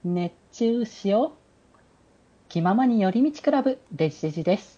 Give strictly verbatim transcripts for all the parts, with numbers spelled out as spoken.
熱中しよう。気ままに寄り道クラブデジデジです。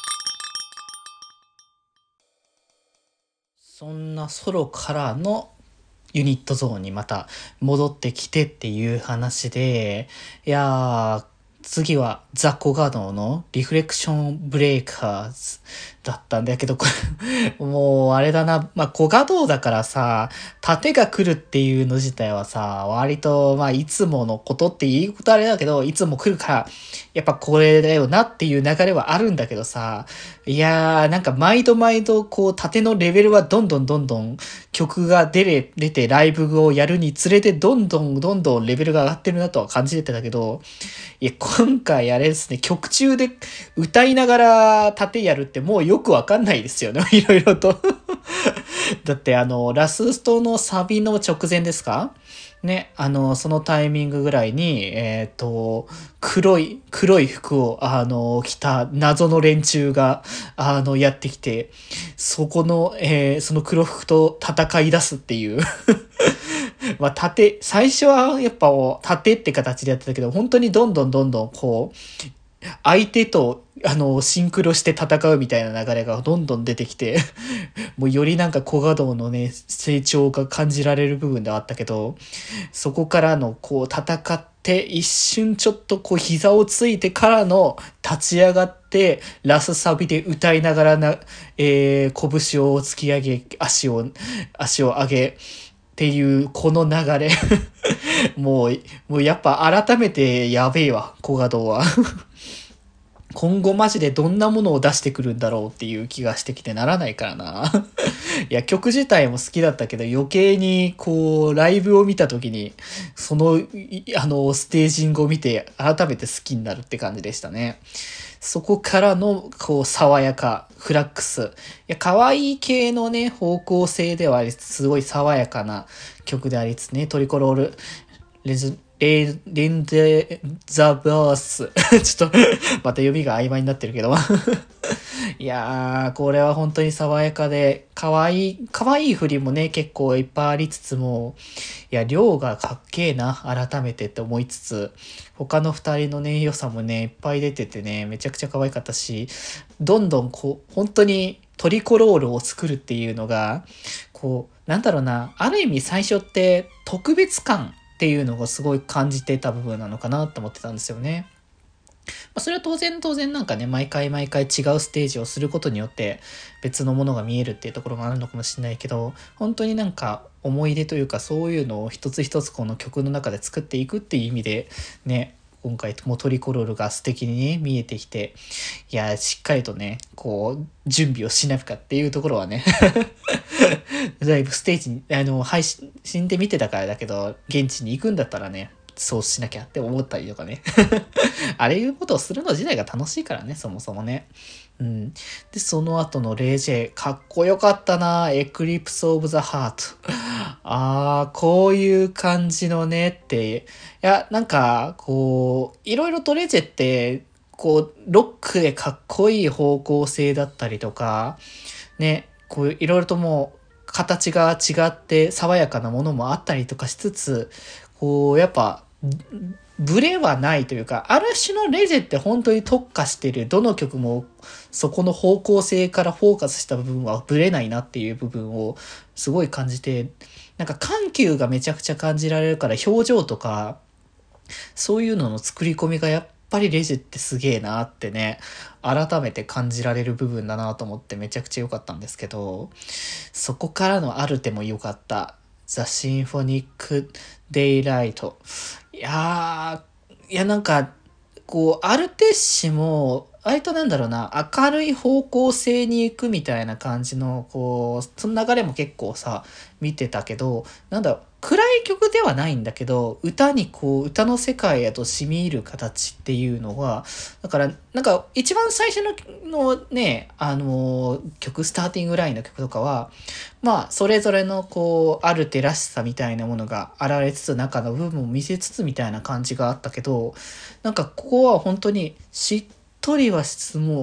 そんなソロからのユニットゾーンにまた戻ってきてっていう話で、いやー、次はザ・コガドーのリフレクションブレイカーズだったんだけど、これもうあれだな、まあ、コガドーだからさ、盾が来るっていうの自体はさ、割と、まあ、いつものことって言うことあれだけど、いつも来るから、やっぱこれだよなっていう流れはあるんだけどさ、いやー、なんか毎度毎度、こう、盾のレベルはどんどんどんどん曲が出れ、出てライブをやるにつれて、どんどんどんどんレベルが上がってるなとは感じてたけど、いや、今回あれですね、曲中で歌いながら盾やるってもうよくわかんないですよね、いろいろと。だってあの、ラストのサビの直前ですかね、あの、そのタイミングぐらいに、えっと、黒い、黒い服を、あの、着た謎の連中が、あの、やってきて、そこの、えーその黒服と戦い出すっていう。まあ、盾、最初はやっぱ盾って形でやってたけど、本当にどんどんどんどんこう、相手と、あの、シンクロして戦うみたいな流れがどんどん出てきて、もうよりなんか小稼働のね、成長が感じられる部分ではあったけど、そこからのこう戦って一瞬ちょっとこう膝をついてからの立ち上がってラスサビで歌いながらな、えー、拳を突き上げ、足を、足を上げっていうこの流れ。もう、もうやっぱ改めてやべえわ、小稼働は。今後マジでどんなものを出してくるんだろうっていう気がしてきてならないからな。いや、曲自体も好きだったけど余計にこう、ライブを見た時に、その、あの、ステージングを見て改めて好きになるって感じでしたね。そこからの、こう、爽やか、フラックス。いや、可愛い系のね、方向性ではありつつ、すごい爽やかな曲でありつつね、トリコロール、レズ、レレンデザバース。ちょっと、また読みが曖昧になってるけど。いやー、これは本当に爽やかで、可愛い、可愛い振りもね、結構いっぱいありつつも、いや、量がかっけえな、改めてって思いつつ、他の二人のね、良さもね、いっぱい出ててね、めちゃくちゃ可愛かったし、どんどんこう、本当にトリコロールを作るっていうのが、こう、なんだろうな、ある意味最初って特別感っていうのをすごい感じてた部分なのかなと思ってたんですよね。まあ、それは当然当然なんかね、毎回毎回違うステージをすることによって別のものが見えるっていうところもあるのかもしれないけど、本当になんか思い出というかそういうのを一つ一つこの曲の中で作っていくっていう意味でね、今回もトリコロールが素敵にね、見えてきて、いや、しっかりとね、こう、準備をしなくかっていうところはね、だいぶステージに、あの、配信で見てたからだけど、現地に行くんだったらね、そうしなきゃって思ったりとかね。あれいうことをするの自体が楽しいからね、そもそもね。うん。で、その後のレイジェイ、かっこよかったな、エクリプスオブザハート。あー、こういう感じのねって。いや、なんか、こう、いろいろとレイジェイって、こう、ロックでかっこいい方向性だったりとか、ね、こう、いろいろともう、形が違って爽やかなものもあったりとかしつつ、こう、やっぱ、ブレはないというか、ある種のレジェって本当に特化してる、どの曲もそこの方向性からフォーカスした部分はブレないなっていう部分をすごい感じて、なんか緩急がめちゃくちゃ感じられるから表情とか、そういうのの作り込みがやっぱりレジェってすげえなってね、改めて感じられる部分だなと思ってめちゃくちゃ良かったんですけど、そこからのアルテも良かった。ザ・シンフォニック・デイライト。いやー、いやなんか、こう、アルテッシも、割となんだろうな、明るい方向性に行くみたいな感じの、こう、その流れも結構さ、見てたけど、なんだろう、暗い曲ではないんだけど、歌にこう、歌の世界へと染み入る形っていうのは、だから、なんか、一番最初ののね、あの、曲、スターティングラインの曲とかは、まあ、それぞれのこう、ある手らしさみたいなものが現れつつ、中の部分を見せつつみたいな感じがあったけど、なんかここは本当にしっとりはしつつも、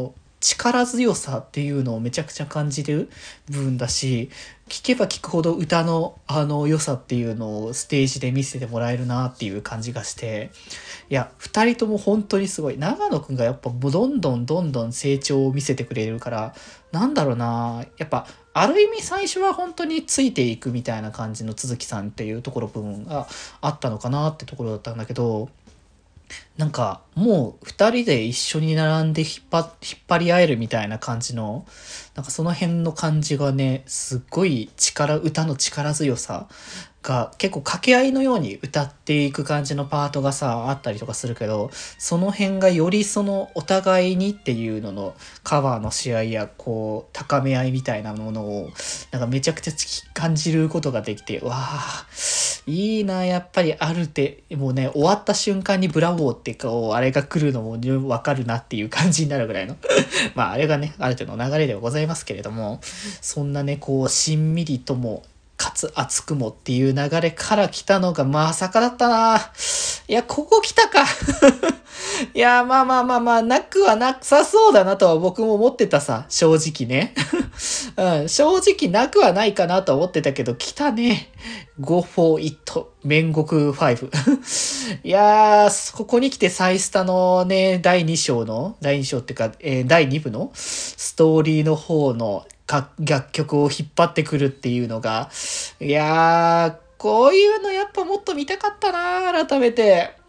力強さっていうのをめちゃくちゃ感じる部分だし、聞けば聞くほど歌のあの良さっていうのをステージで見せてもらえるなっていう感じがして、いや二人とも本当にすごい。長野くんがやっぱもうどんどんどんどん成長を見せてくれるから、なんだろうな、やっぱある意味最初は本当についていくみたいな感じの都築さんっていうところ部分があったのかなってところだったんだけど、なんかもう二人で一緒に並んで引っ張引っ張り合えるみたいな感じの、なんかその辺の感じがね、すっごい力、歌の力強さが結構掛け合いのように歌っていく感じのパートがさ、あったりとかするけど、その辺がよりそのお互いにっていうののカバーの試合やこう高め合いみたいなものをなんかめちゃくちゃ感じることができて、わあ、いいな、やっぱりあるって、もうね、終わった瞬間にブラボーってこう、あれが来るのもわかるなっていう感じになるぐらいの。まあ、あれがね、ある程度の流れではございますけれども、そんなね、こう、しんみりとも、かつ熱くもっていう流れから来たのがまさかだったな。いや、ここ来たか。いや、まあまあまあまあ、なくはなさそうだなとは僕も思ってたさ、正直ね。うん、正直なくはないかなとは思ってたけど、来たね。Go for it 煉獄ファイブ。いやー、ここに来てサイスタのね、だいに章の、だいに章っていうか、えーだいに部のストーリーの方の楽曲を引っ張ってくるっていうのが、いやー、こういうのやっぱもっと見たかったな、改めて。うん。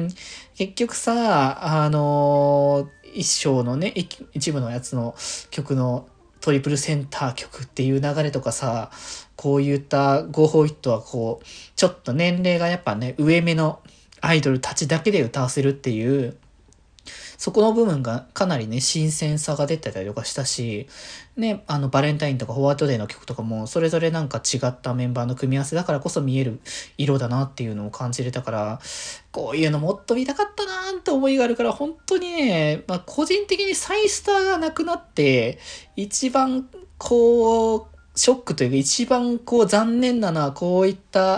結局さ、あのー一章のね、一部のやつの曲のトリプルセンター曲っていう流れとかさ、こういったゴーホイットはこう、ちょっと年齢がやっぱね、上目のアイドルたちだけで歌わせるっていう、そこの部分がかなりね、新鮮さが出てたりとかしたし、ね、あの、バレンタインとかホワイトデーの曲とかも、それぞれなんか違ったメンバーの組み合わせだからこそ見える色だなっていうのを感じれたから、こういうのもっと見たかったなーって思いがあるから、本当にね、まあ、個人的にサイスターがなくなって、一番こう、ショックというか一番こう残念なのはこういった、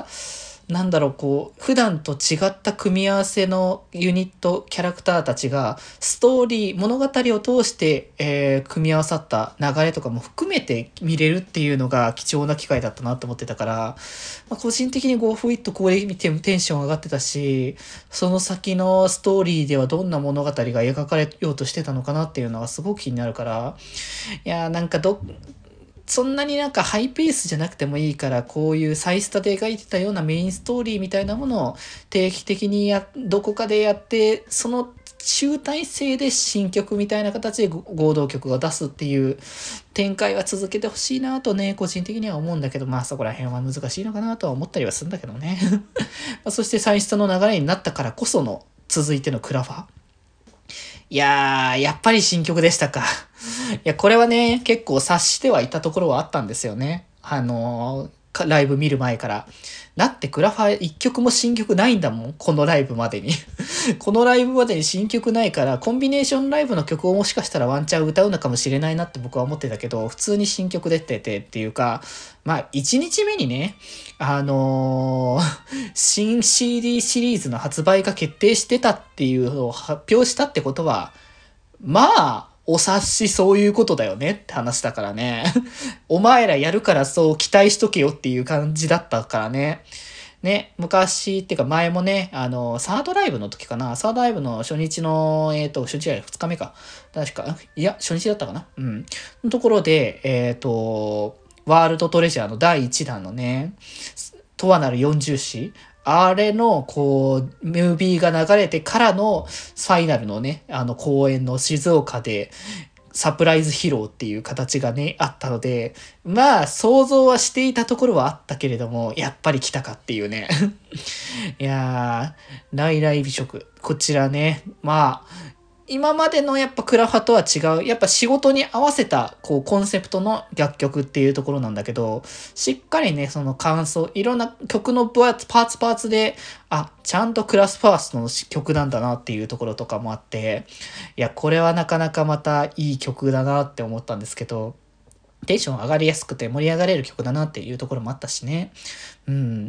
なんだろう、こう、普段と違った組み合わせのユニット、キャラクターたちが、ストーリー、物語を通して、えー、組み合わさった流れとかも含めて見れるっていうのが貴重な機会だったなと思ってたから、まあ、個人的に Go For It これ見てテンション上がってたし、その先のストーリーではどんな物語が描かれようとしてたのかなっていうのがすごく気になるから、いやーなんかど、そんなになんかハイペースじゃなくてもいいから、こういうサイスタで描いてたようなメインストーリーみたいなものを定期的にや、どこかでやって、その集大成で新曲みたいな形で合同曲を出すっていう展開は続けてほしいなとね、個人的には思うんだけど、まあそこら辺は難しいのかなとは思ったりはするんだけどね。まあそしてサイスタの流れになったからこその続いてのクラファ。いやー、やっぱり新曲でしたか。いや、これはね、結構察してはいたところはあったんですよね。あのー、ライブ見る前から。だってクラファ一曲も新曲ないんだもん。このライブまでに。このライブまでに新曲ないから、コンビネーションライブの曲をもしかしたらワンチャン歌うのかもしれないなって僕は思ってたけど、普通に新曲出ててっていうか、まあ、いちにちめにね、あのー、新 シーディー シリーズの発売が決定してたっていうのを発表したってことは、まあ、お察しそういうことだよねって話だからね。お前らやるからそう期待しとけよっていう感じだったからね。ね、昔っていうか前もね、あの、サードライブの時かな、サードライブの初日の、えっ、ー、と、初日じゃない、二日目か。確か、いや、初日だったかなうん。のところで、えっ、ー、と、ワールドトレジャーのだいいちだんのね、とはなるよんじゅう詩あれの、こう、ムービーが流れてからの、ファイナルのね、あの、公演の静岡で、サプライズ披露っていう形がね、あったので、まあ、想像はしていたところはあったけれども、やっぱり来たかっていうね。いやー、ライライ美食。こちらね、まあ、今までのやっぱクラファとは違う、やっぱ仕事に合わせた、こう、コンセプトの楽曲っていうところなんだけど、しっかりね、その感想、いろんな曲のパーツパーツパーツで、あ、ちゃんとクラスファーストの曲なんだなっていうところとかもあって、いや、これはなかなかまたいい曲だなって思ったんですけど、テンション上がりやすくて盛り上がれる曲だなっていうところもあったしね。うん。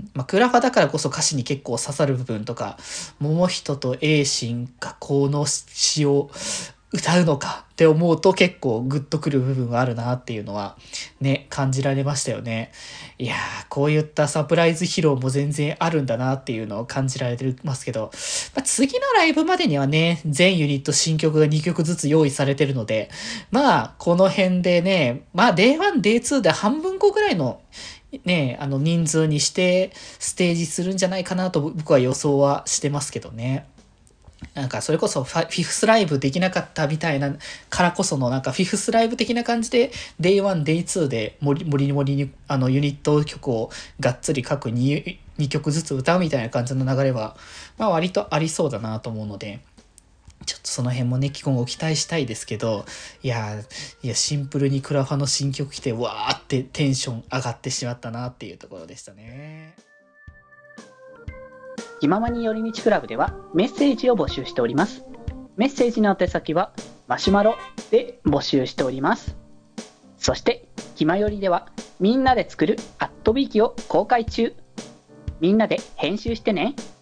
まあ、クラファだからこそ歌詞に結構刺さる部分とか、桃人と栄心がこの詩を歌うのかって思うと結構グッとくる部分があるなっていうのはね、感じられましたよね。いやー、こういったサプライズ披露も全然あるんだなっていうのを感じられてますけど、まあ、次のライブまでにはね、全ユニット新曲がにきょくずつ用意されてるので、まあ、この辺でね、まあ、デイワン、デイツー で半分後ぐらいのね、あの人数にしてステージするんじゃないかなと僕は予想はしてますけどね。なんかそれこそファフィフスライブできなかったみたいなからこそのなんかフィフスライブ的な感じで デイワン、デイツー でもりもりもりにあのユニット曲をがっつり各 2, にきょくずつ歌うみたいな感じの流れは、まあ、割とありそうだなと思うので、ちょっとその辺もね今後期待したいですけど、いやいやシンプルにクラファの新曲来てわーってテンション上がってしまったなっていうところでしたね。 気ままに寄り道クラブではメッセージを募集しております。メッセージの宛先はマシュマロで募集しております。そして気まよりではみんなで作るアットビーキを公開中。みんなで編集してね。